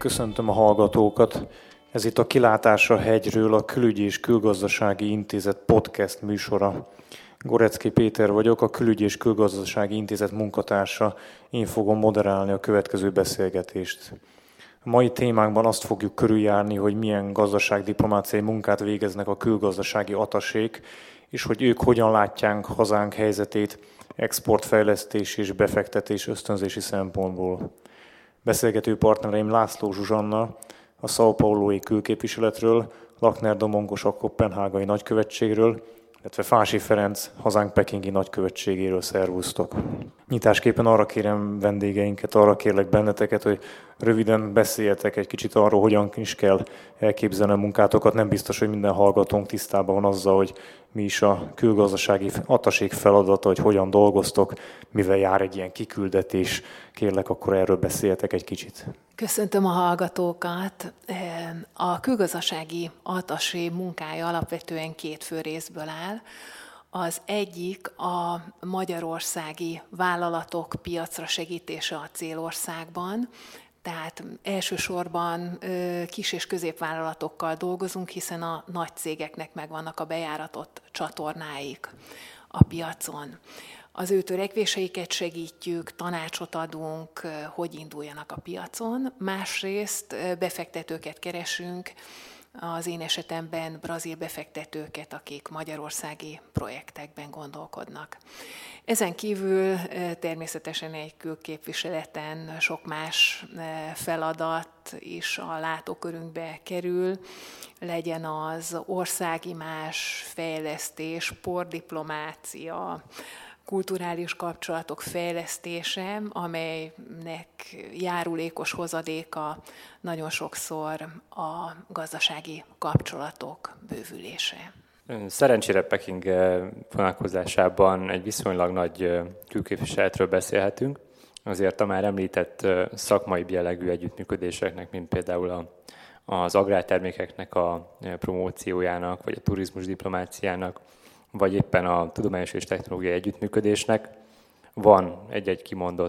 Köszöntöm a hallgatókat. Ez itt a Kilátás a hegyről, a Külügyi és Külgazdasági Intézet podcast műsora. Gorecki Péter vagyok, a Külügyi és Külgazdasági Intézet munkatársa. Én fogom moderálni a következő beszélgetést. A mai témánkban azt fogjuk körüljárni, hogy milyen gazdaságdiplomáciai munkát végeznek a külgazdasági atasék, és hogy ők hogyan látják hazánk helyzetét exportfejlesztés és befektetés ösztönzési szempontból. Beszélgető partnereim László Zsuzsanna, a São Paulo-i külképviseletről, Lakner Domongos a koppenhágai nagykövetségről, illetve Fási Ferenc hazánk pekingi nagykövetségéről. Szervusztok! Nyitásképpen arra kérem vendégeinket, arra kérlek benneteket, hogy röviden beszéljetek egy kicsit arról, hogyan is kell elképzelni a munkátokat. Nem biztos, hogy minden hallgatónk tisztában van azzal, hogy mi is a külgazdasági atasék feladata, hogy hogyan dolgoztok, mivel jár egy ilyen kiküldetés. Kérlek, akkor erről beszéljetek egy kicsit. Köszöntöm a hallgatókat. A külgazdasági atasé munkája alapvetően két fő részből áll. Az egyik a magyarországi vállalatok piacra segítése a célországban, tehát elsősorban kis- és középvállalatokkal dolgozunk, hiszen a nagy cégeknek megvannak a bejáratott csatornáik a piacon. Az ő törekvéseiket segítjük, tanácsot adunk, hogy induljanak a piacon. Másrészt befektetőket keresünk, az én esetemben brazil befektetőket, akik magyarországi projektekben gondolkodnak. Ezen kívül természetesen egy külképviseleten sok más feladat is a látókörünkbe kerül, legyen az országimázs, fejlesztés, sportdiplomácia, kulturális kapcsolatok fejlesztése, amelynek járulékos hozadéka nagyon sokszor a gazdasági kapcsolatok bővülése. Szerencsére Peking vonatkozásában egy viszonylag nagy külképviseletről beszélhetünk. Azért a már említett szakmai jellegű együttműködéseknek, mint például az agrártermékeknek a promóciójának, vagy a turizmus diplomáciának, vagy éppen a tudományos és technológiai együttműködésnek van egy-egy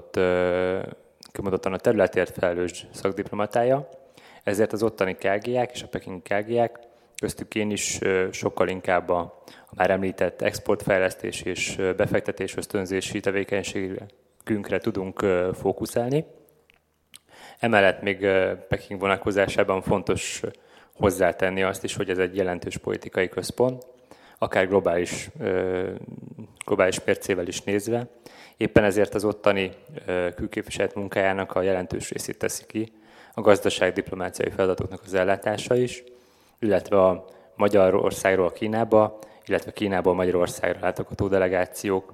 kimondottan a területért felelős szakdiplomatája, ezért az ottani KG-ák és a pekingi KG-ák, köztük én is sokkal inkább a már említett exportfejlesztés és befektetés ösztönzési tevékenységünkre tudunk fókuszálni. Emellett még Peking vonatkozásában fontos hozzátenni azt is, hogy ez egy jelentős politikai központ, akár globális mércével is nézve. Éppen ezért az ottani külképviselet munkájának a jelentős részét teszi ki a gazdaságdiplomáciai feladatoknak az ellátása is, illetve a Magyarországról Kínába, illetve Kínából Magyarországra látogató delegációk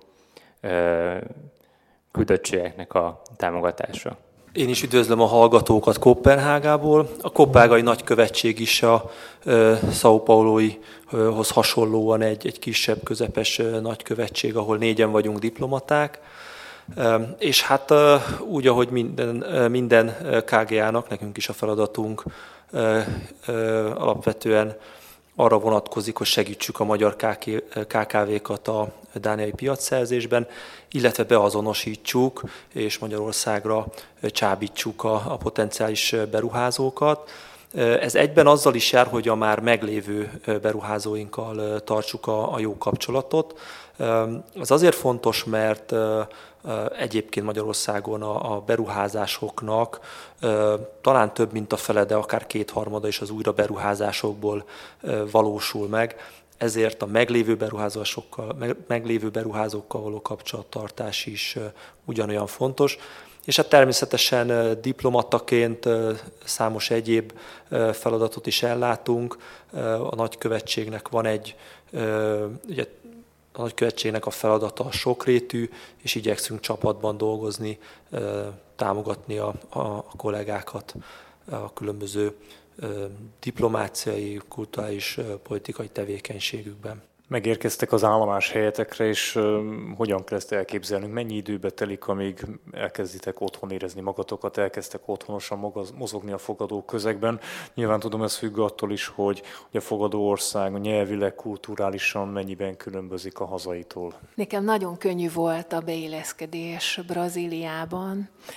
küldöttségeknek a támogatása. Én is üdvözlöm a hallgatókat Koppenhágából. A koppenhágai nagykövetség is a São Paulo-hoz hasonlóan egy kisebb, közepes nagykövetség, ahol 4-en vagyunk diplomaták. És hát úgy, ahogy minden KGA-nak, nekünk is a feladatunk alapvetően arra vonatkozik, hogy segítsük a magyar KKV-kat a dániai piacszerzésben, illetve beazonosítsuk és Magyarországra csábítsuk a potenciális beruházókat. Ez egyben azzal is jár, hogy a már meglévő beruházóinkkal tartsuk a jó kapcsolatot. Ez azért fontos, mert egyébként Magyarországon a beruházásoknak talán több, mint a fele, de akár 2/3 is az újra beruházásokból valósul meg. Ezért a meglévő beruházókkal való kapcsolattartás is ugyanolyan fontos. És hát természetesen diplomataként számos egyéb feladatot is ellátunk. A nagykövetségnek van ugye a nagykövetségnek a feladata a sokrétű, és igyekszünk csapatban dolgozni, támogatni a kollégákat a különböző diplomáciai, kulturális, politikai tevékenységükben. Megérkeztek az állomás helyetekre, és hogyan kell ezt elképzelnünk? Mennyi időbe telik, amíg elkezditek otthon érezni magatokat, elkezdtek otthonosan mozogni a fogadó közegben? Nyilván tudom, ez függ attól is, hogy a fogadó ország nyelvileg, kulturálisan mennyiben különbözik a hazaitól. Nekem nagyon könnyű volt a beilleszkedés Brazíliában.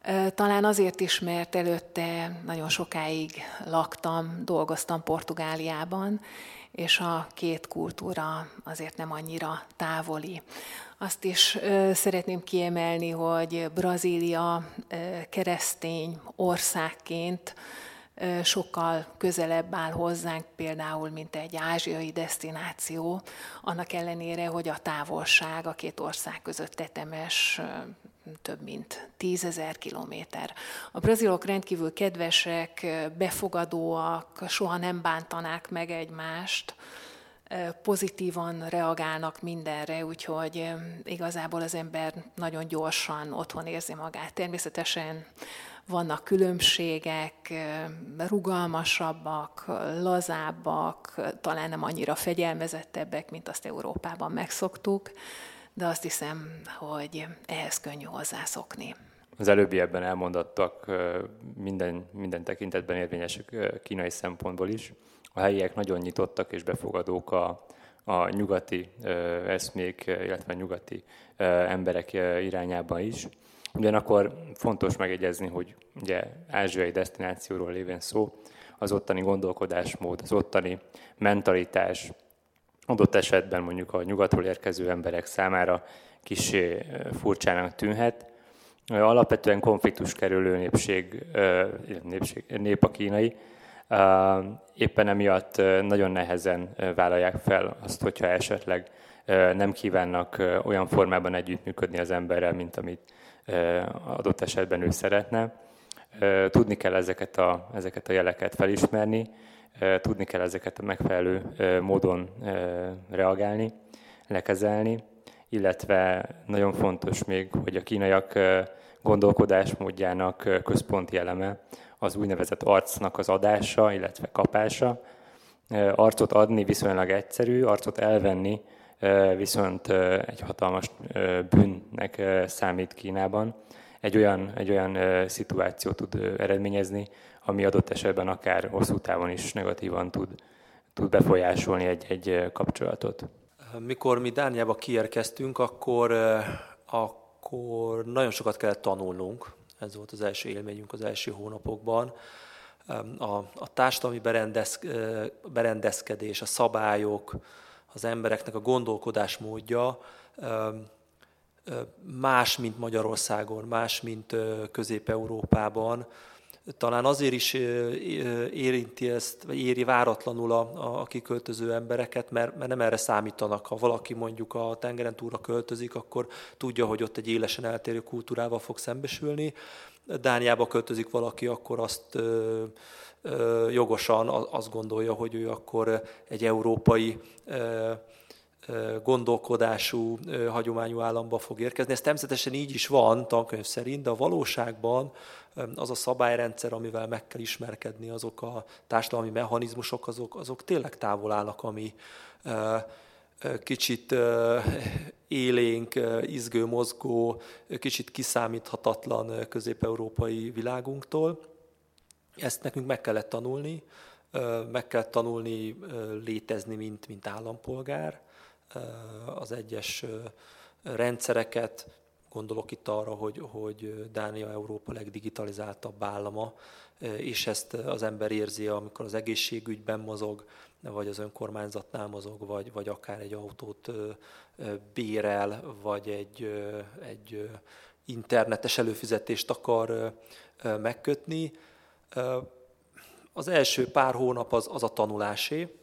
Talán azért is, mert előtte nagyon sokáig laktam, dolgoztam Portugáliában, és a két kultúra azért nem annyira távoli. Azt is szeretném kiemelni, hogy Brazília keresztény országként sokkal közelebb áll hozzánk például, mint egy ázsiai desztináció, annak ellenére, hogy a távolság a két ország között tetemes, több mint 10 000 kilométer. A brazilok rendkívül kedvesek, befogadóak, soha nem bántanák meg egymást, pozitívan reagálnak mindenre, úgyhogy igazából az ember nagyon gyorsan otthon érzi magát. Természetesen vannak különbségek, rugalmasabbak, lazábbak, talán nem annyira fegyelmezettebbek, mint azt Európában megszoktuk, de azt hiszem, hogy ehhez könnyű hozzászokni. Az előbbi ebben elmondottak minden tekintetben érvényesek kínai szempontból is. A helyiek nagyon nyitottak és befogadók a nyugati eszmék, illetve a nyugati emberek irányában is. Ugyanakkor fontos megjegyezni, hogy ugye ázsiai desztinációról lévén szó, az ottani gondolkodásmód, az ottani mentalitás, adott esetben mondjuk a nyugatról érkező emberek számára kissé furcsának tűnhet. Alapvetően konfliktuskerülő nép a kínai. Éppen emiatt nagyon nehezen vállalják fel azt, hogyha esetleg nem kívánnak olyan formában együttműködni az emberrel, mint amit adott esetben ő szeretne. Tudni kell ezeket a jeleket felismerni, tudni kell ezeket a megfelelő módon reagálni, lekezelni, illetve nagyon fontos még, hogy a kínaiak gondolkodásmódjának központi eleme az úgynevezett arcnak az adása, illetve kapása. Arcot adni viszonylag egyszerű, arcot elvenni viszont egy hatalmas bűnnek számít Kínában. Egy olyan szituációt tud eredményezni, ami adott esetben akár hosszú távon is negatívan tud befolyásolni egy kapcsolatot. Mikor mi Dániába kiérkeztünk, akkor nagyon sokat kellett tanulnunk. Ez volt az első élményünk az első hónapokban. A társadalmi berendezkedés, a szabályok, az embereknek a gondolkodásmódja más, mint Magyarországon, más, mint Közép-Európában. Talán azért is érinti ezt, vagy éri váratlanul a kiköltöző embereket, mert nem erre számítanak. Ha valaki mondjuk a tengeren túlra költözik, akkor tudja, hogy ott egy élesen eltérő kultúrával fog szembesülni. Dániába költözik valaki, akkor azt jogosan azt gondolja, hogy ő akkor egy európai gondolkodású, hagyományú államba fog érkezni. Ez természetesen így is van, tankönyv szerint, de a valóságban az a szabályrendszer, amivel meg kell ismerkedni, azok a társadalmi mechanizmusok, azok tényleg távol állnak, ami kicsit élénk, izgő, mozgó, kicsit kiszámíthatatlan közép-európai világunktól. Ezt nekünk meg kellett tanulni, meg kell tanulni létezni, mint állampolgár, az egyes rendszereket, gondolok itt arra, hogy Dánia Európa legdigitalizáltabb állama, és ezt az ember érzi, amikor az egészségügyben mozog, vagy az önkormányzatnál mozog, vagy akár egy autót bérel, vagy egy internetes előfizetést akar megkötni. Az első pár hónap az a tanulásé,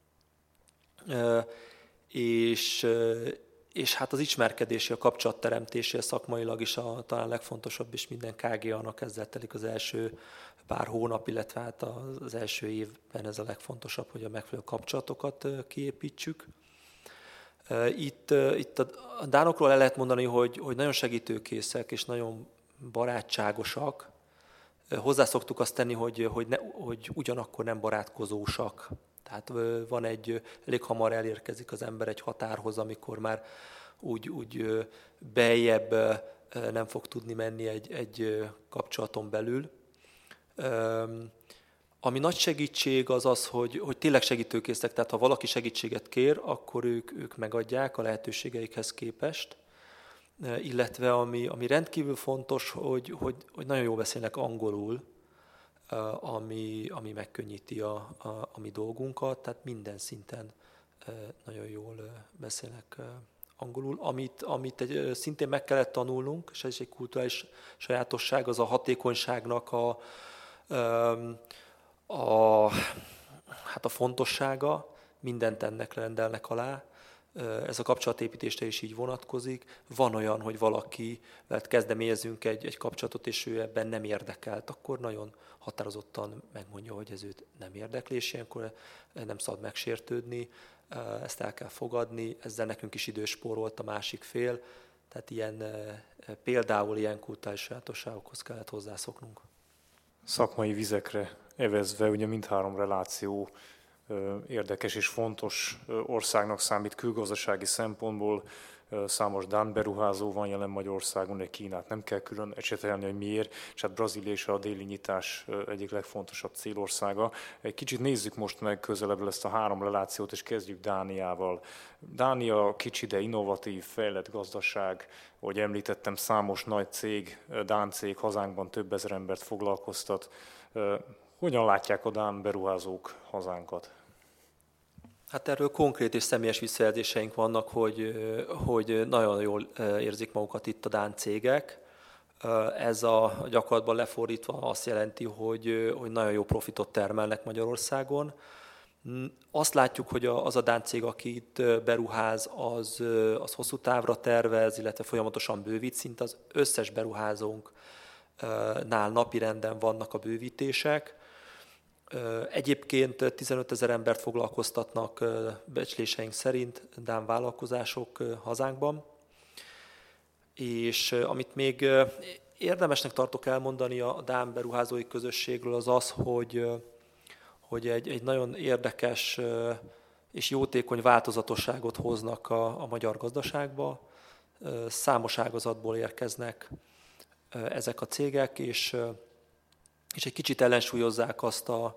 és hát az ismerkedési, a kapcsolatteremtési, a szakmailag is talán legfontosabb, és minden KGA-nak ezzel telik az első pár hónap, illetve hát az első évben ez a legfontosabb, hogy a megfelelő kapcsolatokat kiépítsük. Itt a dánokról el lehet mondani, hogy nagyon segítőkészek és nagyon barátságosak. Hozzászoktuk azt tenni, hogy ugyanakkor nem barátkozósak. Tehát van elég hamar elérkezik az ember egy határhoz, amikor már úgy beljebb nem fog tudni menni egy kapcsolaton belül. Ami nagy segítség az, hogy tényleg segítőkészek, tehát ha valaki segítséget kér, akkor ők megadják a lehetőségeikhez képest. illetve ami rendkívül fontos, hogy nagyon jól beszélnek angolul, ami megkönnyíti a mi dolgunkat, tehát minden szinten nagyon jól beszélnek angolul. Amit szintén meg kellett tanulnunk, és ez is egy kulturális sajátosság, az a hatékonyságnak a fontossága, mindent ennek rendelnek alá. Ez a kapcsolatépítésre is így vonatkozik. Van olyan, hogy valaki, lehet kezdeményezünk egy kapcsolatot, és ő ebben nem érdekelt, akkor nagyon határozottan megmondja, hogy ez őt nem érdekli, és ilyenkor nem szabad megsértődni, ezt el kell fogadni, ezzel nekünk is időt spórolt a másik fél, tehát például ilyen kulturális sajátosságokhoz kellett hozzászoknunk. Szakmai vizekre evezve, ugye mindhárom reláció érdekes és fontos országnak számít külgazdasági szempontból. Számos dán beruházó van jelen Magyarországon, egy Kínát nem kell külön ecsetelni, hogy miért, és hát Brazília is a déli nyitás egyik legfontosabb célországa. Egy kicsit nézzük most meg közelebbről ezt a három relációt, és kezdjük Dániával. Dánia kicsi, de innovatív, fejlett gazdaság, ahogy említettem, számos nagy cég, dán cég hazánkban több ezer embert foglalkoztat. Hogyan látják a dán beruházók hazánkat? Hát erről konkrét és személyes visszajelzéseink vannak, hogy nagyon jól érzik magukat itt a dán cégek. Ez a gyakorlatban lefordítva azt jelenti, hogy nagyon jó profitot termelnek Magyarországon. Azt látjuk, hogy az a dán cég, aki itt beruház, az hosszú távra tervez, illetve folyamatosan bővít, szinte az összes beruházónknál napirenden vannak a bővítések. Egyébként 15 000 embert foglalkoztatnak becsléseink szerint dán vállalkozások hazánkban, és amit még érdemesnek tartok elmondani a dán beruházói közösségről, az az, hogy egy nagyon érdekes és jótékony változatosságot hoznak a magyar gazdaságba. Számos ágazatból érkeznek ezek a cégek, és egy kicsit ellensúlyozzák azt a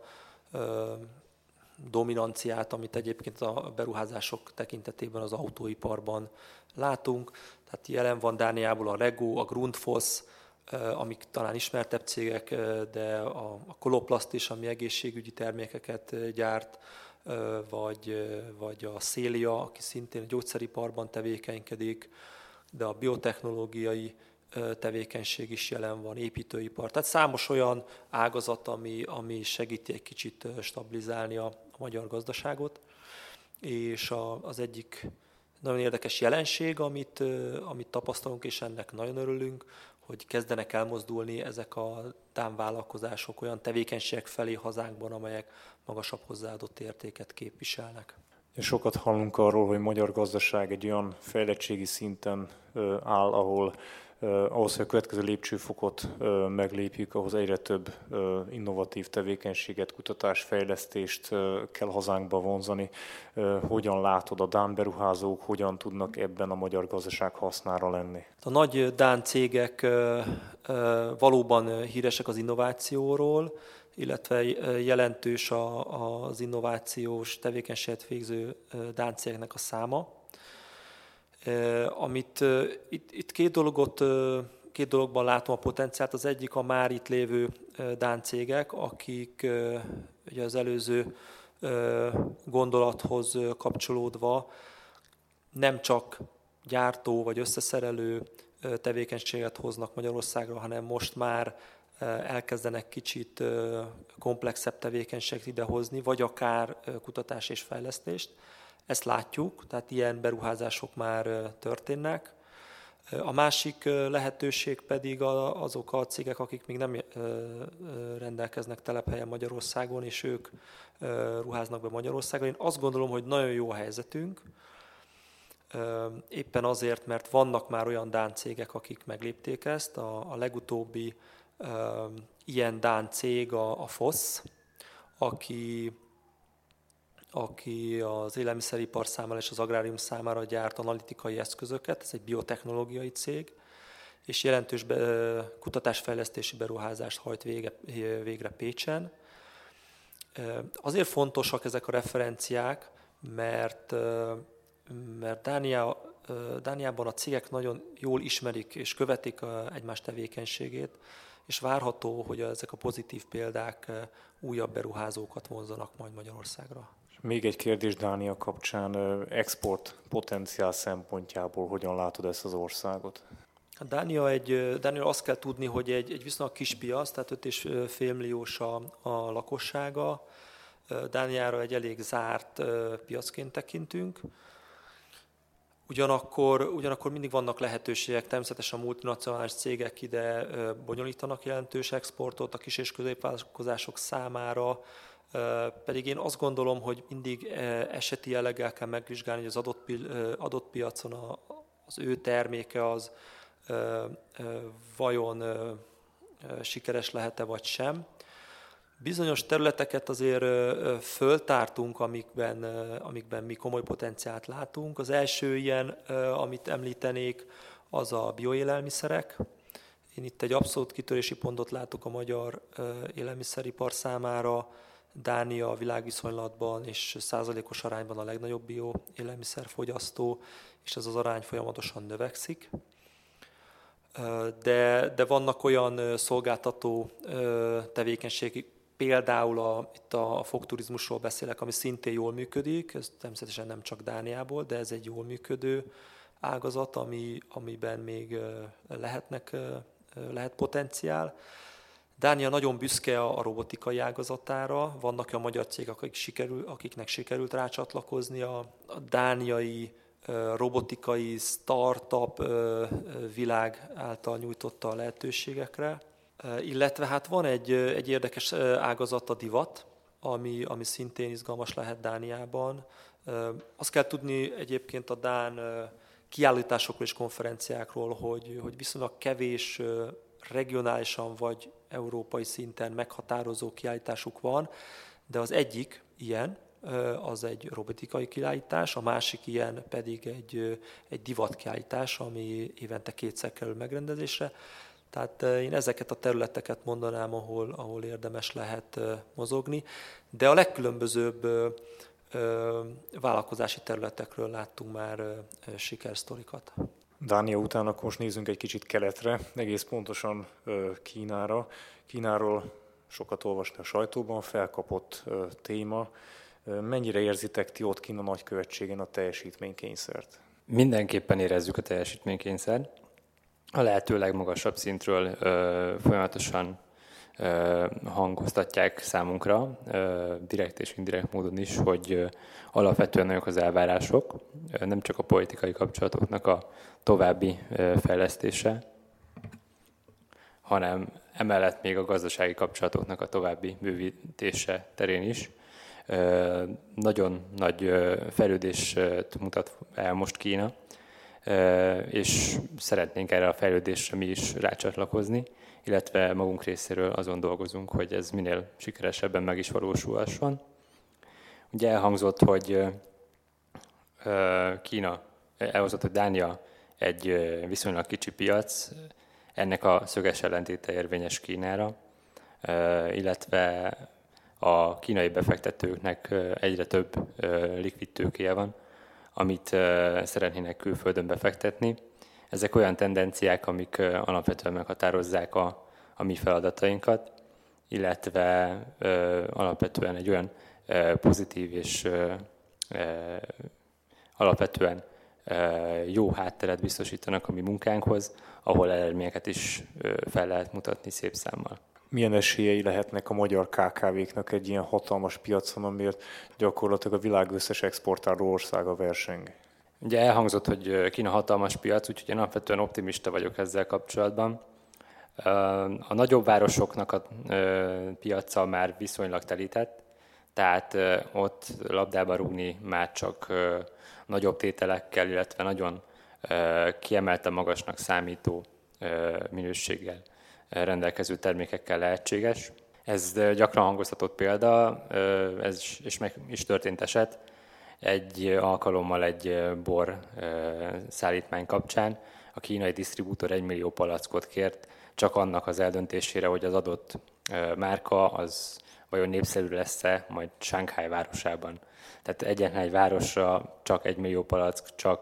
dominanciát, amit egyébként a beruházások tekintetében az autóiparban látunk. Tehát jelen van Dániából a Rego, a Grundfos, amik talán ismertebb cégek, de a Coloplast is, ami egészségügyi termékeket gyárt, vagy a Celia, aki szintén a gyógyszeriparban tevékenykedik, de a biotechnológiai tevékenység is jelen van, építőipar. Tehát számos olyan ágazat, ami segíti egy kicsit stabilizálni a magyar gazdaságot, és az egyik nagyon érdekes jelenség, amit tapasztalunk, és ennek nagyon örülünk, hogy kezdenek elmozdulni ezek a dán vállalkozások olyan tevékenységek felé hazánkban, amelyek magasabb hozzáadott értéket képviselnek. Sokat hallunk arról, hogy magyar gazdaság egy olyan fejlettségi szinten áll, ahhoz, hogy a következő lépcsőfokot meglépjük, ahhoz egyre több innovatív tevékenységet, kutatásfejlesztést kell hazánkba vonzani. Hogyan látod, a dán beruházók hogyan tudnak ebben a magyar gazdaság hasznára lenni? A nagy dán cégek valóban híresek az innovációról, illetve jelentős az innovációs tevékenységet végző dán cégeknek a száma. Itt két dologban látom a potenciált. Az egyik a már itt lévő dán cégek, akik ugye az előző gondolathoz kapcsolódva nem csak gyártó vagy összeszerelő tevékenységet hoznak Magyarországra, hanem most már elkezdenek kicsit komplexebb tevékenységet idehozni, vagy akár kutatás és fejlesztést. Ezt látjuk, tehát ilyen beruházások már történnek. A másik lehetőség pedig azok a cégek, akik még nem rendelkeznek telephelyen Magyarországon, és ők ruháznak be Magyarországon. Én azt gondolom, hogy nagyon jó a helyzetünk, éppen azért, mert vannak már olyan dán cégek, akik meglépték ezt. A legutóbbi ilyen dán cég a FOSS, aki az élelmiszeripar számára és az agrárium számára gyárt analitikai eszközöket, ez egy biotechnológiai cég, és jelentős kutatásfejlesztési beruházást hajt végre Pécsen. Azért fontosak ezek a referenciák, mert Dánia Dániában a cégek nagyon jól ismerik és követik egymás tevékenységét, és várható, hogy ezek a pozitív példák újabb beruházókat vonzanak majd Magyarországra. Még egy kérdés Dánia kapcsán, export potenciál szempontjából hogyan látod ezt az országot? Dánia azt kell tudni, hogy egy viszonylag kis piac, tehát 5,5 milliós a lakossága. Dániára egy elég zárt piacként tekintünk. Ugyanakkor mindig vannak lehetőségek, természetesen a multinacionális cégek ide bonyolítanak jelentős exportot a kis és középvállalkozások számára, pedig én azt gondolom, hogy mindig eseti jelleggel kell megvizsgálni, hogy az adott piacon az ő terméke az vajon sikeres lehet-e vagy sem. Bizonyos területeket azért föltártunk, amikben mi komoly potenciált látunk. Az első ilyen, amit említenék, az a bioélelmiszerek. Én itt egy abszolút kitörési pontot látok a magyar élelmiszeripar számára. Dánia világviszonylatban és százalékos arányban a legnagyobb bioélelmiszerfogyasztó, és ez az arány folyamatosan növekszik. De vannak olyan szolgáltató tevékenységek, például itt a fogturizmusról beszélek, ami szintén jól működik, ez természetesen nem csak Dániából, de ez egy jól működő ágazat, amiben még lehet potenciál. Dánia nagyon büszke a robotikai ágazatára, vannak olyan magyar cégek, akiknek sikerült rácsatlakozni a dániai robotikai startup világ által nyújtotta a lehetőségekre. Illetve hát van egy érdekes ágazat, a divat, ami szintén izgalmas lehet Dániában. Azt kell tudni egyébként a dán kiállításokról és konferenciákról, hogy viszonylag kevés regionálisan vagy európai szinten meghatározó kiállításuk van, de az egyik ilyen, az egy robotikai kiállítás, a másik ilyen pedig egy divatkiállítás, ami évente 2-szer kerül megrendezésre. Tehát én ezeket a területeket mondanám, ahol érdemes lehet mozogni, de a legkülönbözőbb vállalkozási területekről láttunk már sikersztorikat. Dánia után akkor most nézzünk egy kicsit keletre, egész pontosan Kínára. Kínáról sokat olvasni a sajtóban, felkapott téma. Mennyire érzitek ti ott Kína nagykövetségén a teljesítménykényszert? Mindenképpen érezzük a teljesítménykényszert. A lehető legmagasabb szintről folyamatosan hangoztatják számunkra, direkt és indirekt módon is, hogy alapvetően nagyok az elvárások, nem csak a politikai kapcsolatoknak a további fejlesztése, hanem emellett még a gazdasági kapcsolatoknak a további bővítése terén is. Nagyon nagy fejlődést mutat el most Kína, és szeretnénk erre a fejlődésre mi is rácsatlakozni, illetve magunk részéről azon dolgozunk, hogy ez minél sikeresebben meg is valósulhasson. Ugye elhangzott, hogy hogy Dánia egy viszonylag kicsi piac, ennek a szöges ellentéte érvényes Kínára, illetve a kínai befektetőknek egyre több likvid tőkéje van, amit szeretnének külföldön befektetni. Ezek olyan tendenciák, amik alapvetően meghatározzák a mi feladatainkat, illetve alapvetően egy olyan pozitív és alapvetően jó hátteret biztosítanak a mi munkánkhoz, ahol eredményeket is fel lehet mutatni szép számmal. Milyen esélyei lehetnek a magyar KKV-knak egy ilyen hatalmas piacon, amiért gyakorlatilag a világ összes exportáló országa verseng? Ugye elhangzott, hogy Kína hatalmas piac, úgyhogy én alapvetően optimista vagyok ezzel kapcsolatban. A nagyobb városoknak a piaca már viszonylag telített, tehát ott labdába rúgni már csak nagyobb tételekkel, illetve nagyon kiemelten magasnak számító minőséggel rendelkező termékekkel lehetséges. Ez gyakran hangoztatott példa, ez is meg is történt eset. Egy alkalommal egy bor szállítmány kapcsán a kínai disztribútor 1 millió palackot kért, csak annak az eldöntésére, hogy az adott márka az vajon népszerű lesz-e majd Shanghai városában. Tehát egyetlen egy városra csak 1 millió palack, csak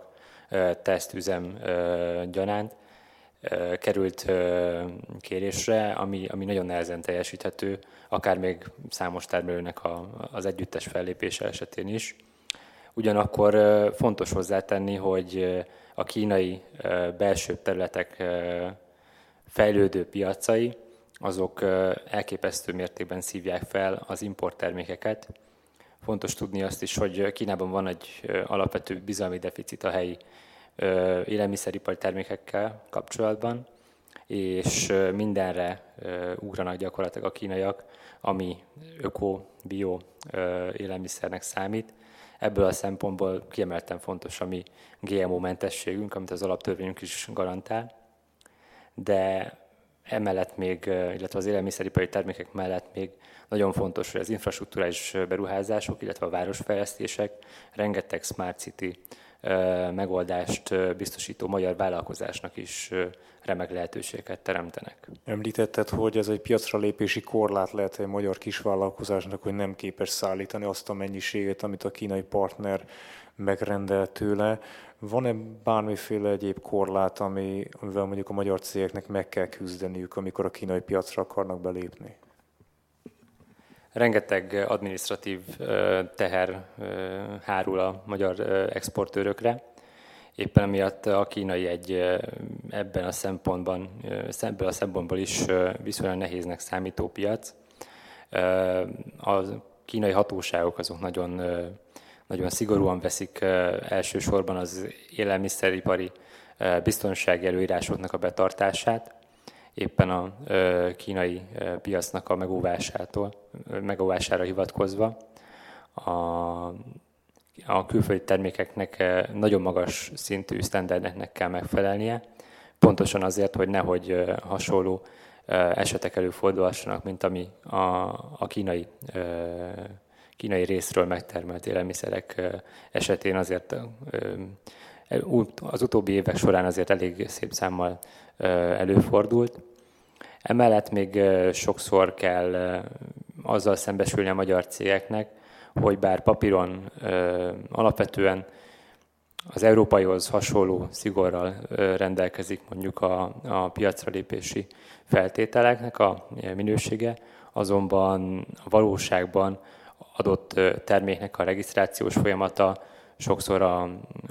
tesztüzem gyanánt került kérésre, ami nagyon nehezen teljesíthető, akár még számos termelőnek az együttes fellépése esetén is. Ugyanakkor fontos hozzátenni, hogy a kínai belső területek fejlődő piacai, azok elképesztő mértékben szívják fel az importtermékeket. Fontos tudni azt is, hogy Kínában van egy alapvető bizalmi deficit a helyi élelmiszeripari termékekkel kapcsolatban, és mindenre ugranak gyakorlatilag a kínaiak, ami öko, bio élelmiszernek számít. Ebből a szempontból kiemelten fontos a mi GMO-mentességünk, amit az alaptörvényünk is garantál, de emellett még, illetve az élelmiszeripari termékek mellett még nagyon fontos, hogy az infrastrukturális beruházások, illetve a városfejlesztések rengeteg Smart City megoldást biztosító magyar vállalkozásnak is remek lehetőségeket teremtenek. Említetted, hogy ez egy piacra lépési korlát lehet egy magyar kisvállalkozásnak, hogy nem képes szállítani azt a mennyiséget, amit a kínai partner megrendel tőle. Van-e bármiféle egyéb korlát, amivel mondjuk a magyar cégeknek meg kell küzdeniük, amikor a kínai piacra akarnak belépni? Rengeteg adminisztratív teher hárul a magyar exportőrökre. Éppen emiatt a kínai ebből a szempontból is viszonylag nehéznek számító piac. A kínai hatóságok azok nagyon szigorúan veszik elsősorban az élelmiszeripari biztonsági előírásoknak a betartását, éppen a kínai piacnak a megóvására hivatkozva. A külföldi termékeknek nagyon magas szintű sztenderdeknek kell megfelelnie, pontosan azért, hogy nehogy hasonló esetek előfordulhassanak, mint ami a kínai részről megtermelt élelmiszerek esetén azért az utóbbi évek során azért elég szép számmal előfordult. Emellett még sokszor kell azzal szembesülni a magyar cégeknek, hogy bár papíron alapvetően az európaihoz hasonló szigorral rendelkezik mondjuk a piacra lépési feltételeknek a minősége, azonban a valóságban adott terméknek a regisztrációs folyamata sokszor a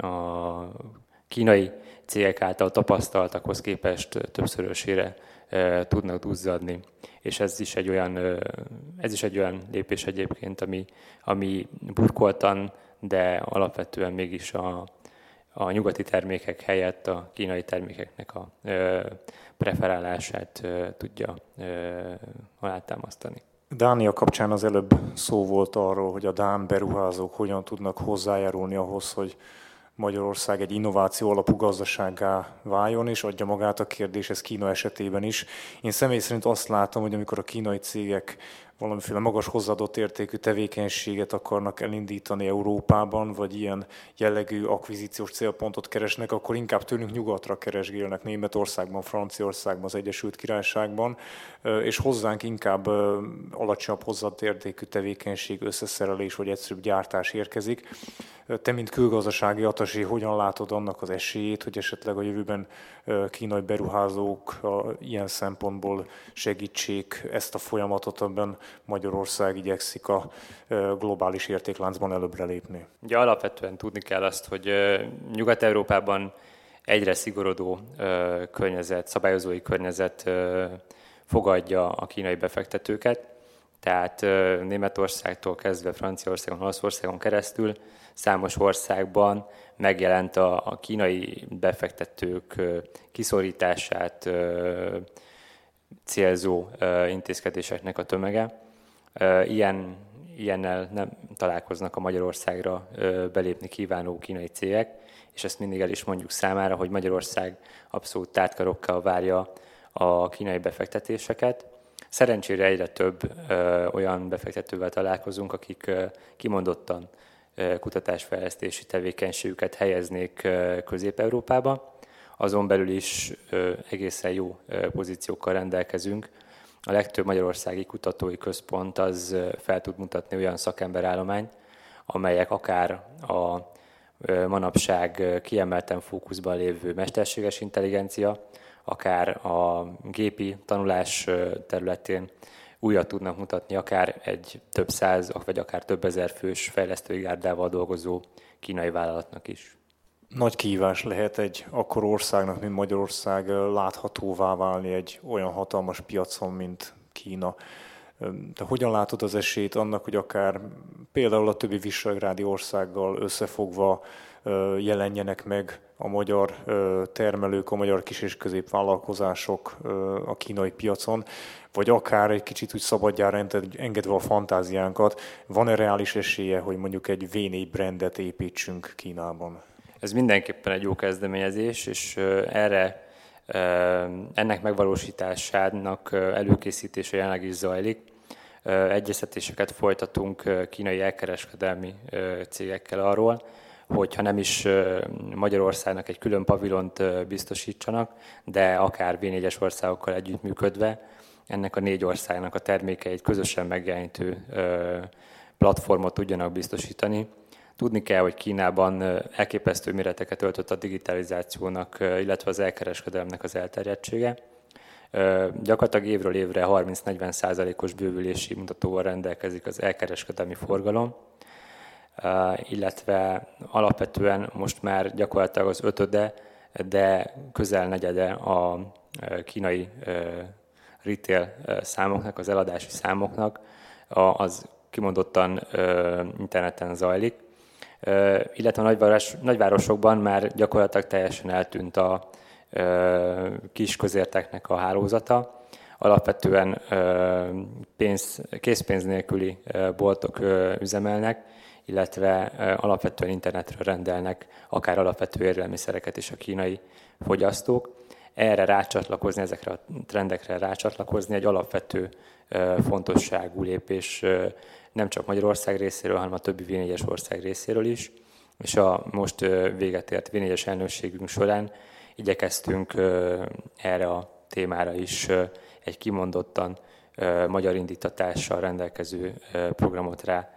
kínai cégek által tapasztaltakhoz képest többszörösére tudnak duzzadni. És ez is egy olyan lépés egyébként, ami burkoltan, de alapvetően mégis a nyugati termékek helyett a kínai termékeknek a preferálását tudja alátámasztani. Dánia kapcsán az előbb szó volt arról, hogy a dán beruházók hogyan tudnak hozzájárulni ahhoz, hogy Magyarország egy innováció alapú gazdasággá váljon, és adja magát a kérdés, ez Kína esetében is. Én személy szerint azt látom, hogy amikor a kínai cégek valamiféle magas hozzáadott értékű tevékenységet akarnak elindítani Európában, vagy ilyen jellegű akvizíciós célpontot keresnek, akkor inkább tőlünk nyugatra keresgélnek, Németországban, Franciaországban, az Egyesült Királyságban, és hozzánk inkább alacsonyabb hozzáadott értékű tevékenység, összeszerelés vagy egyszerűbb gyártás érkezik. Te, mint külgazdasági attasé, hogyan látod annak az esélyét, hogy esetleg a jövőben kínai beruházók ilyen szempontból segítsék ezt a folyamatot, amiben Magyarország igyekszik a globális értékláncban előbbre lépni? Ugye alapvetően tudni kell azt, hogy Nyugat-Európában egyre szigorodó szabályozói környezet fogadja a kínai befektetőket, tehát Németországtól kezdve Franciaországon, Olaszországon keresztül számos országban megjelent a kínai befektetők kiszorítását célzó intézkedéseknek a tömege. Ilyennel nem találkoznak a Magyarországra belépni kívánó kínai cégek, és ezt mindig el is mondjuk számára, hogy Magyarország abszolút tártkarokkal várja a kínai befektetéseket. Szerencsére egyre több olyan befektetővel találkozunk, akik kimondottan kutatásfejlesztési tevékenységüket helyeznék Közép-Európába. Azon belül is egészen jó pozíciókkal rendelkezünk. A legtöbb magyarországi kutatói központ az fel tud mutatni olyan szakemberállományt, amelyek akár a manapság kiemelten fókuszban lévő mesterséges intelligencia, akár a gépi tanulás területén újat tudnak mutatni, akár egy több száz, vagy akár több ezer fős fejlesztői gárdával dolgozó kínai vállalatnak is. Nagy kihívás lehet egy akkor országnak, mint Magyarország láthatóvá válni egy olyan hatalmas piacon, mint Kína. Te hogyan látod az esélyt annak, hogy akár például a többi visegrádi országgal összefogva jelenjenek meg a magyar termelők, a magyar kis- és középvállalkozások a kínai piacon, vagy akár egy kicsit úgy szabadjára engedve a fantáziánkat, van-e reális esélye, hogy mondjuk egy V4 brandet építsünk Kínában? Ez mindenképpen egy jó kezdeményezés, és ennek megvalósításának előkészítése jelenleg is zajlik. Egyeztetéseket folytatunk kínai elkereskedelmi cégekkel arról, hogyha nem is Magyarországnak egy külön pavilont biztosítsanak, de akár V4-es országokkal együttműködve ennek a 4 országnak a termékeit közösen megjelenítő platformot tudjanak biztosítani. Tudni kell, hogy Kínában elképesztő méreteket öltött a digitalizációnak, illetve az elkereskedelemnek az elterjedtsége. Gyakorlatilag évről évre 30-40%-os bővülési mutatóval rendelkezik az elkereskedelmi forgalom, illetve alapvetően most már gyakorlatilag az 5-öde, de közel 4-ede a kínai retail számoknak, az eladási számoknak, az kimondottan interneten zajlik, illetve a nagyvárosokban már gyakorlatilag teljesen eltűnt a kis közérteknek a hálózata. Alapvetően készpénz nélküli boltok üzemelnek, illetve alapvetően internetről rendelnek akár alapvető élelmiszereket is a kínai fogyasztók. Erre rácsatlakozni, ezekre a trendekre rácsatlakozni egy alapvető fontosságú lépés nem csak Magyarország részéről, hanem a többi V4-es ország részéről is. És a most véget ért V4-es elnökségünk során igyekeztünk erre a témára is egy kimondottan magyar indítatással rendelkező programot rá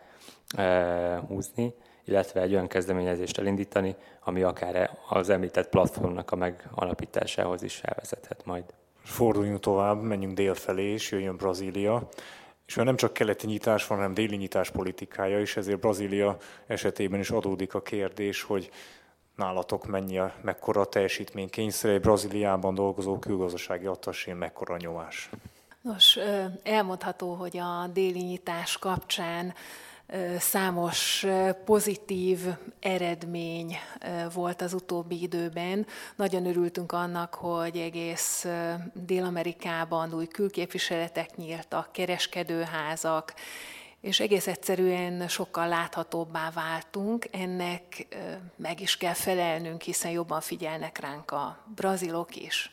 húzni, illetve egy olyan kezdeményezést elindítani, ami akár az említett platformnak a megalapításához is elvezethet majd. Forduljunk tovább, menjünk dél felé, és jöjjön Brazília. És már nem csak keleti nyitás van, hanem déli nyitás politikája is, ezért Brazília esetében is adódik a kérdés, hogy nálatok mekkora a teljesítménykényszer, egy Brazíliában dolgozó külgazdasági attasén mekkora a nyomás? Nos, elmondható, hogy a déli nyitás kapcsán számos pozitív eredmény volt az utóbbi időben. Nagyon örültünk annak, hogy egész Dél-Amerikában új külképviseletek nyíltak, kereskedőházak, és egész egyszerűen sokkal láthatóbbá váltunk. Ennek meg is kell felelnünk, hiszen jobban figyelnek ránk a brazilok is.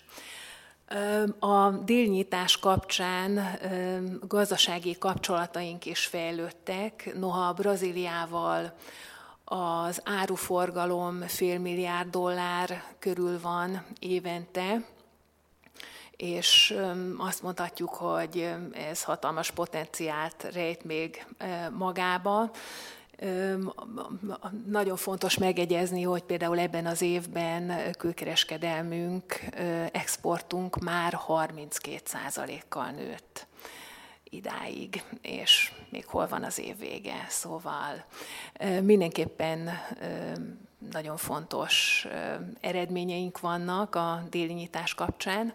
A délnyitás kapcsán gazdasági kapcsolataink is fejlődtek, noha Brazíliával az áruforgalom $500 milliárd körül van évente, és azt mondhatjuk, hogy ez hatalmas potenciált rejt még magába. Nagyon fontos megjegyezni, hogy például ebben az évben külkereskedelmünk, exportunk már 32%-kal nőtt idáig, és még hol van az év vége. Szóval mindenképpen nagyon fontos eredményeink vannak a déli nyitás kapcsán.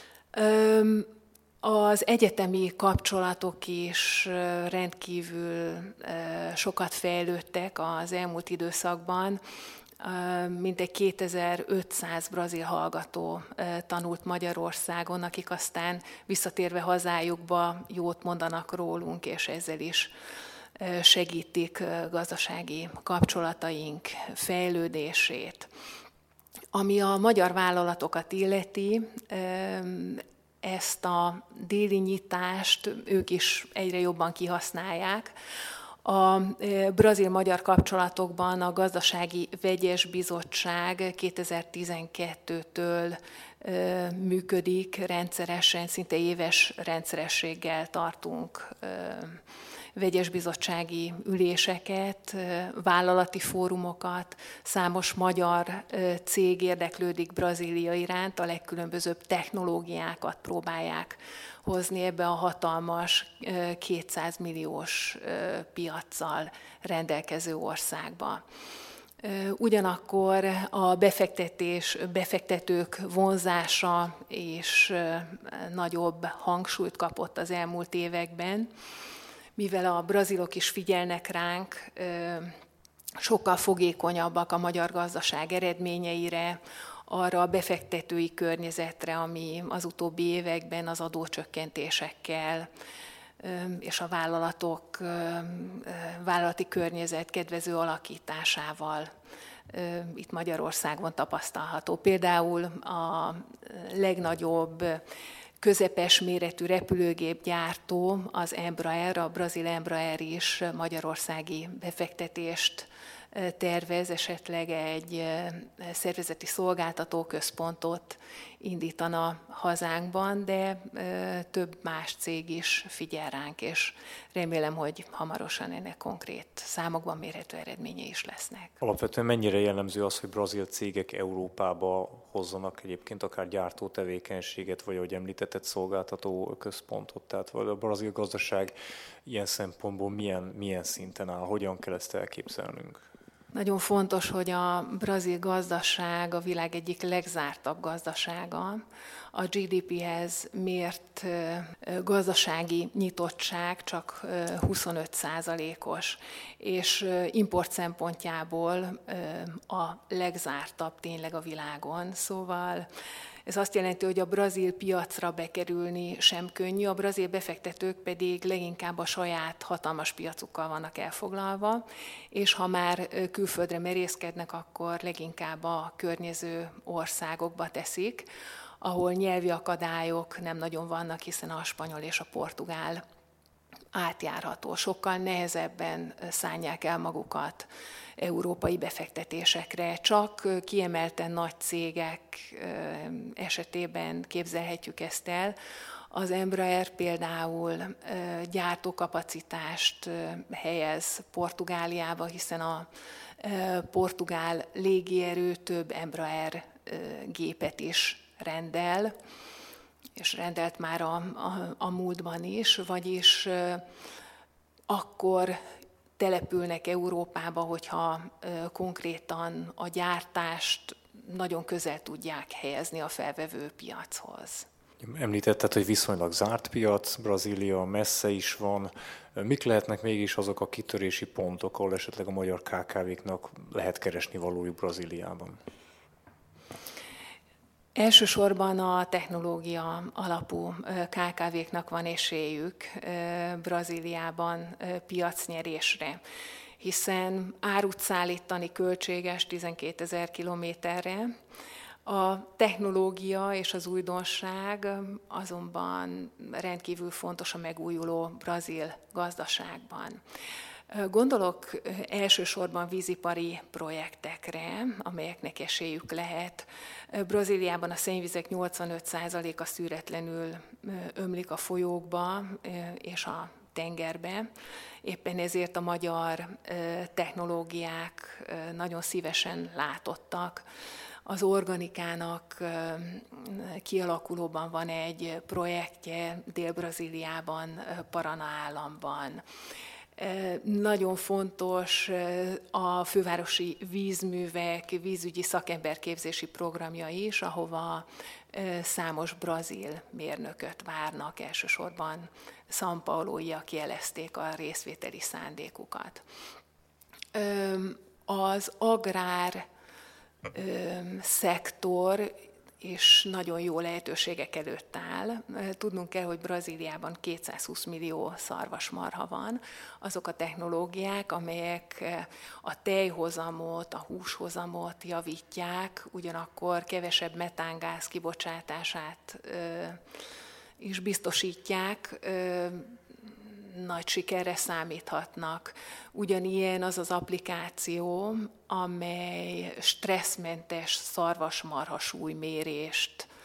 Az egyetemi kapcsolatok is rendkívül sokat fejlődtek az elmúlt időszakban. Mintegy 2500 brazil hallgató tanult Magyarországon, akik aztán visszatérve hazájukba jót mondanak rólunk, és ezzel is segítik gazdasági kapcsolataink fejlődését. Ami a magyar vállalatokat illeti, ezt a déli nyitást ők is egyre jobban kihasználják. A brazil-magyar kapcsolatokban a Gazdasági Vegyes Bizottság 2012-től működik rendszeresen, szinte éves rendszerességgel tartunk vegyes bizottsági üléseket, vállalati fórumokat, számos magyar cég érdeklődik Brazília iránt, a legkülönbözőbb technológiákat próbálják hozni ebbe a hatalmas 200 milliós piaccal rendelkező országba. Ugyanakkor a befektetők vonzása és nagyobb hangsúlyt kapott az elmúlt években, mivel a brazilok is figyelnek ránk, sokkal fogékonyabbak a magyar gazdaság eredményeire, arra a befektetői környezetre, ami az utóbbi években az adócsökkentésekkel és a vállalati környezet kedvező alakításával itt Magyarországon tapasztalható. Például a legnagyobb közepes méretű repülőgépgyártó, az Embraer, a brazil Embraer is magyarországi befektetést tervez, esetleg egy szervezeti szolgáltatóközpontot indítana hazánkban, de több más cég is figyel ránk, és remélem, hogy hamarosan ennek konkrét számokban mérhető eredményei is lesznek. Alapvetően mennyire jellemző az, hogy brazil cégek Európába hozzanak egyébként akár gyártó tevékenységet, vagy ahogy említetted, szolgáltató központot, tehát a brazil gazdaság ilyen szempontból milyen szinten áll, hogyan kell ezt elképzelnünk? Nagyon fontos, hogy a brazil gazdaság a világ egyik legzártabb gazdasága. A GDP-hez mért gazdasági nyitottság csak 25%-os, és import szempontjából a legzártabb tényleg a világon. Szóval ez azt jelenti, hogy a brazil piacra bekerülni sem könnyű, a brazil befektetők pedig leginkább a saját hatalmas piacukkal vannak elfoglalva, és ha már külföldre merészkednek, akkor leginkább a környező országokba teszik, ahol nyelvi akadályok nem nagyon vannak, hiszen a spanyol és a portugál átjárható. Sokkal nehezebben szánják el magukat európai befektetésekre. Csak kiemelten nagy cégek esetében képzelhetjük ezt el. Az Embraer például gyártókapacitást helyez Portugáliába, hiszen a portugál légierő több Embraer gépet is rendel, és rendelt már a múltban is, vagyis akkor települnek Európába, hogyha konkrétan a gyártást nagyon közel tudják helyezni a felvevő piachoz. Említetted, hogy viszonylag zárt piac, Brazília messze is van. Mik lehetnek mégis azok a kitörési pontok, ahol esetleg a magyar KKV-knak lehet keresni valójuk Brazíliában? Elsősorban a technológia alapú KKV-knak van esélyük Brazíliában piacnyerésre, hiszen árut szállítani költséges 12 000 kilométerre. A technológia és az újdonság azonban rendkívül fontos a megújuló brazil gazdaságban. Gondolok elsősorban vízipari projektekre, amelyeknek esélyük lehet. Brazíliában a szennyvizek 85%-a szűretlenül ömlik a folyókba és a tengerbe. Éppen ezért a magyar technológiák nagyon szívesen látottak. Az organikának kialakulóban van egy projektje Dél-Brazíliában, Paraná államban. Nagyon fontos a fővárosi vízművek, vízügyi szakemberképzési programja is, ahova számos brazil mérnököt várnak, elsősorban São Paulo-iak jelezték a részvételi szándékukat. Az agrár szektor és nagyon jó lehetőségek előtt áll. Tudnunk kell, hogy Brazíliában 220 millió szarvasmarha van. Azok a technológiák, amelyek a tejhozamot, a húshozamot javítják, ugyanakkor kevesebb metángáz kibocsátását is biztosítják, nagy sikerre számíthatnak. Ugyanilyen az az applikáció, amely stresszmentes szarvasmarha súlymérést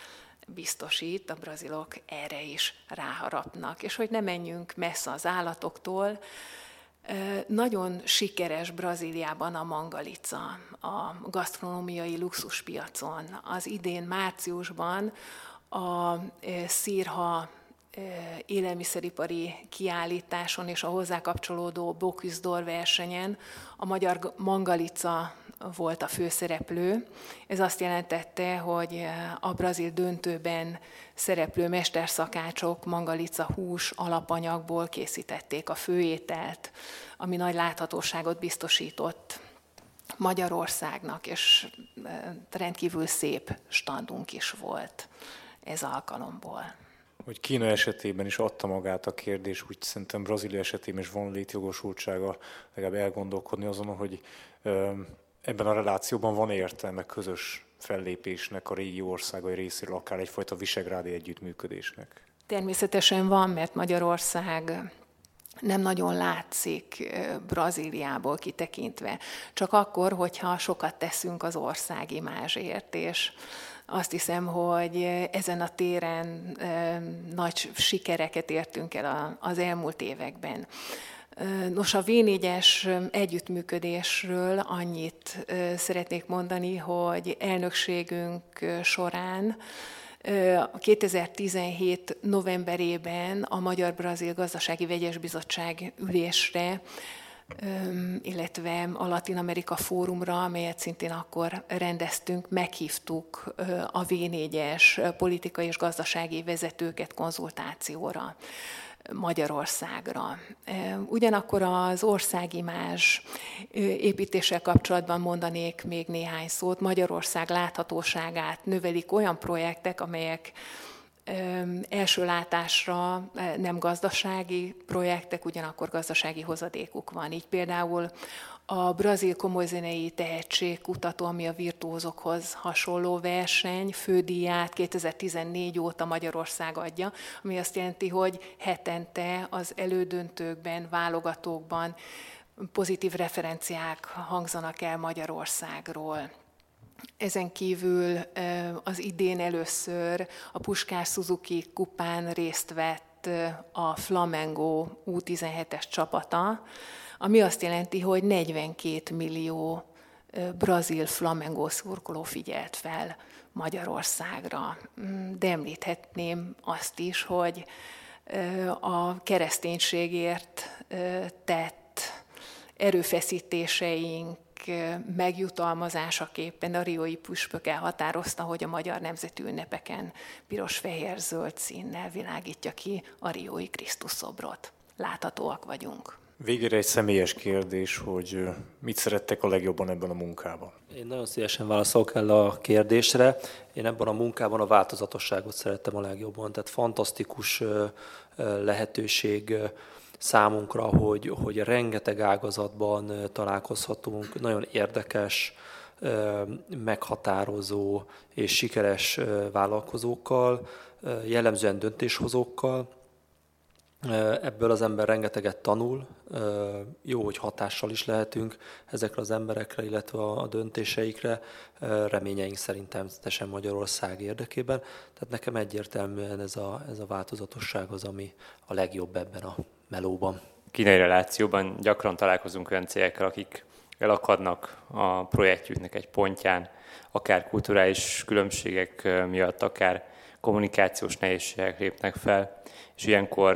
biztosít, a brazilok erre is ráharapnak. És hogy ne menjünk messze az állatoktól, nagyon sikeres Brazíliában a mangalica, a gasztronómiai luxuspiacon. Az idén márciusban a Szirha élelmiszeripari kiállításon és a hozzá kapcsolódó Bocuse d'Or versenyen a magyar mangalica volt a főszereplő. Ez azt jelentette, hogy a brazil döntőben szereplő mesterszakácsok mangalica hús alapanyagból készítették a főételt, ami nagy láthatóságot biztosított Magyarországnak, és rendkívül szép standunk is volt ez alkalomból. Hogy Kína esetében is adta magát a kérdés, úgy szerintem Brazília esetében is van létjogosultsága legalább elgondolkodni azon, hogy ebben a relációban van értelme közös fellépésnek a régió országai részéről, akár egyfajta visegrádi együttműködésnek. Természetesen van, mert Magyarország nem nagyon látszik Brazíliából kitekintve. Csak akkor, hogyha sokat teszünk az ország imázsért, és azt hiszem, hogy ezen a téren nagy sikereket értünk el az elmúlt években. Nos, a V4-es együttműködésről annyit szeretnék mondani, hogy elnökségünk során 2017 novemberében a Magyar-Brazil Gazdasági Vegyes Bizottság ülésre, illetve a Latin-Amerika fórumra, amelyet szintén akkor rendeztünk, meghívtuk a V4-es politikai és gazdasági vezetőket konzultációra Magyarországra. Ugyanakkor az országimázs építéssel kapcsolatban mondanék még néhány szót. Magyarország láthatóságát növelik olyan projektek, amelyek első látásra nem gazdasági projektek, ugyanakkor gazdasági hozadékuk van. Így például a brazil komolyzenei tehetségkutató, ami a virtuózokhoz hasonló verseny, fődíját 2014 óta Magyarország adja, ami azt jelenti, hogy hetente az elődöntőkben, válogatókban pozitív referenciák hangzanak el Magyarországról. Ezen kívül az idén először a Puskás Suzuki kupán részt vett a Flamengo U17-es csapata, ami azt jelenti, hogy 42 millió brazil flamengo szurkoló figyelt fel Magyarországra. De említhetném azt is, hogy a kereszténységért tett erőfeszítéseink megjutalmazásaképpen a riói püspök elhatározta, hogy a magyar nemzeti ünnepeken piros-fehér-zöld színnel világítja ki a riói Krisztus szobrot. Láthatóak vagyunk. Végére egy személyes kérdés, hogy mit szerettek a legjobban ebben a munkában? Én nagyon szívesen válaszolok el a kérdésre. Én ebben a munkában a változatosságot szerettem a legjobban. Tehát fantasztikus lehetőség számunkra, hogy rengeteg ágazatban találkozhatunk, nagyon érdekes, meghatározó és sikeres vállalkozókkal, jellemzően döntéshozókkal. Ebből az ember rengeteget tanul, jó, hogy hatással is lehetünk ezekre az emberekre, illetve a döntéseikre, reményeink szerint természetesen Magyarország érdekében. Tehát nekem egyértelműen ez a változatosság az, ami a legjobb ebben a melóban. Kínai relációban gyakran találkozunk olyan cégekkel, akik elakadnak a projektjüknek egy pontján, akár kulturális különbségek miatt, akár kommunikációs nehézségek lépnek fel, és ilyenkor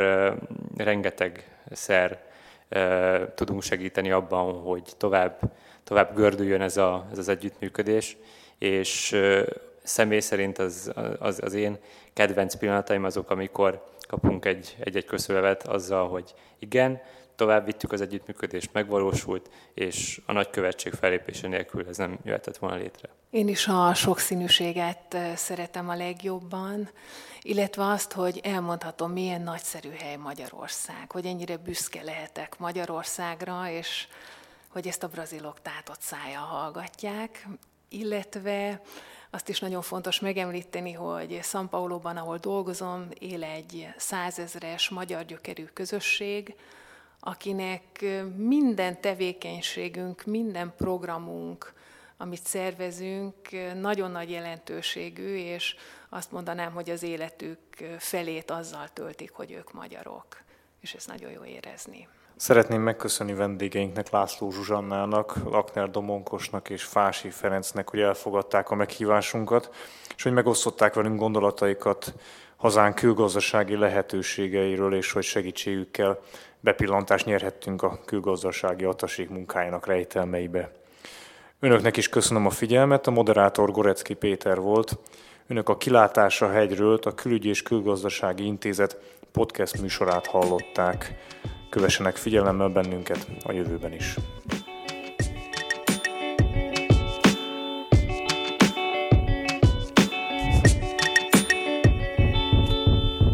rengetegszer tudunk segíteni abban, hogy tovább gördüljön ez az együttműködés, és személy szerint az én kedvenc pillanataim azok, amikor kapunk egy köszönlevet azzal, hogy igen, tovább vittük az együttműködést, megvalósult, és a nagykövetség fellépése nélkül ez nem jöhetett volna létre. Én is a sokszínűséget szeretem a legjobban, illetve azt, hogy elmondhatom, milyen nagyszerű hely Magyarország, hogy ennyire büszke lehetek Magyarországra, és hogy ezt a brazilok tátott szájjal hallgatják, illetve azt is nagyon fontos megemlíteni, hogy São Pauloban, ahol dolgozom, él egy 100 000-es magyar gyökerű közösség, akinek minden tevékenységünk, minden programunk amit szervezünk, nagyon nagy jelentőségű, és azt mondanám, hogy az életük felét azzal töltik, hogy ők magyarok. És ezt nagyon jó érezni. Szeretném megköszönni vendégeinknek, László Zsuzsannának, Lakner Domonkosnak és Fási Ferencnek, hogy elfogadták a meghívásunkat, és hogy megosztották velünk gondolataikat hazánk külgazdasági lehetőségeiről, és hogy segítségükkel bepillantást nyerhettünk a külgazdasági atasék munkájának rejtelmeibe. Önöknek is köszönöm a figyelmet, a moderátor Gorecki Péter volt. Önök a Kilátás a hegyről, a Külügyi és Külgazdasági Intézet podcast műsorát hallották. Kövessenek figyelemmel bennünket a jövőben is.